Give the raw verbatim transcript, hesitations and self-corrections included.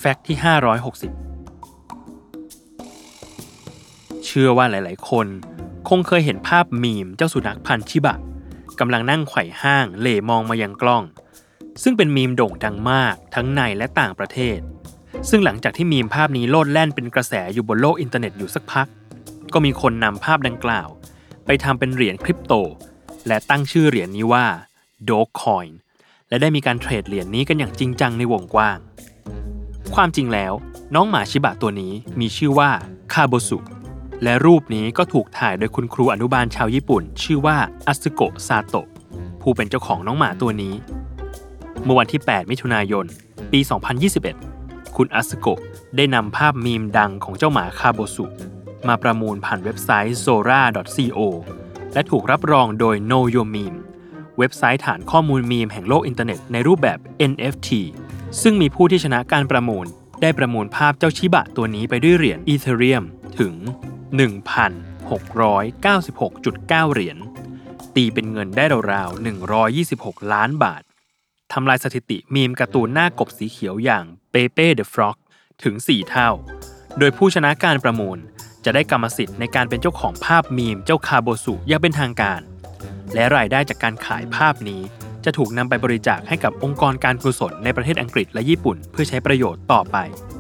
ฟกต์ที่ห้าร้อยหกสิบเชื่อว่าหลายๆคนคงเคยเห็นภาพมีมเจ้าสุนัขพันธุ์ชิบะกำลังนั่งไขว่ห้างเหล่มองมายังกล้องซึ่งเป็นมีมโด่งดังมากทั้งในและต่างประเทศซึ่งหลังจากที่มีมภาพนี้โลดแล่นเป็นกระแสอยู่บนโลกอินเทอร์เน็ตอยู่สักพักก็มีคนนำภาพดังกล่าวไปทำเป็นเหรียญคริปโตและตั้งชื่อเหรียญนี้ว่า Dogecoin และได้มีการเทรดเหรียญนี้กันอย่างจริงจังในวงกว้างความจริงแล้วน้องหมาชิบะตัวนี้มีชื่อว่าคาโบสุและรูปนี้ก็ถูกถ่ายโดยคุณครูอนุบาลชาวญี่ปุ่นชื่อว่าอัสึโกะซาโตะผู้เป็นเจ้าของน้องหมาตัวนี้เมื่อวันที่แปดมิถุนายนปีสองพันยี่สิบเอ็ดคุณอัสึโกะได้นำภาพมีมดังของเจ้าหมาคาโบสุมาประมูลผ่านเว็บไซต์ โซรา ดอท ซี โอ และถูกรับรองโดย Know Your Meme เว็บไซต์ฐานข้อมูลมีมแห่งโลกอินเทอร์เน็ตในรูปแบบ เอ็น เอฟ ที ซึ่งมีผู้ที่ชนะการประมูลได้ประมูลภาพเจ้าชิบะตัวนี้ไปด้วยเหรียญอีเธเรียมถึง หนึ่งพันหกร้อยเก้าสิบหกจุดเก้า เหรียญตีเป็นเงินได้ราวๆหนึ่งร้อยยี่สิบหกล้านบาททำลายสถิติมีมการ์ตูนหน้ากบสีเขียวอย่างเปเป้เดอะฟรอกถึงสี่เท่าโดยผู้ชนะการประมูลจะได้กรรมสิทธิ์ในการเป็นเจ้าของภาพมีมเจ้าคาโบสุอย่างเป็นทางการและรายได้จากการขายภาพนี้จะถูกนำไปบริจาคให้กับองค์กรการกุศลในประเทศอังกฤษและญี่ปุ่นเพื่อใช้ประโยชน์ต่อไป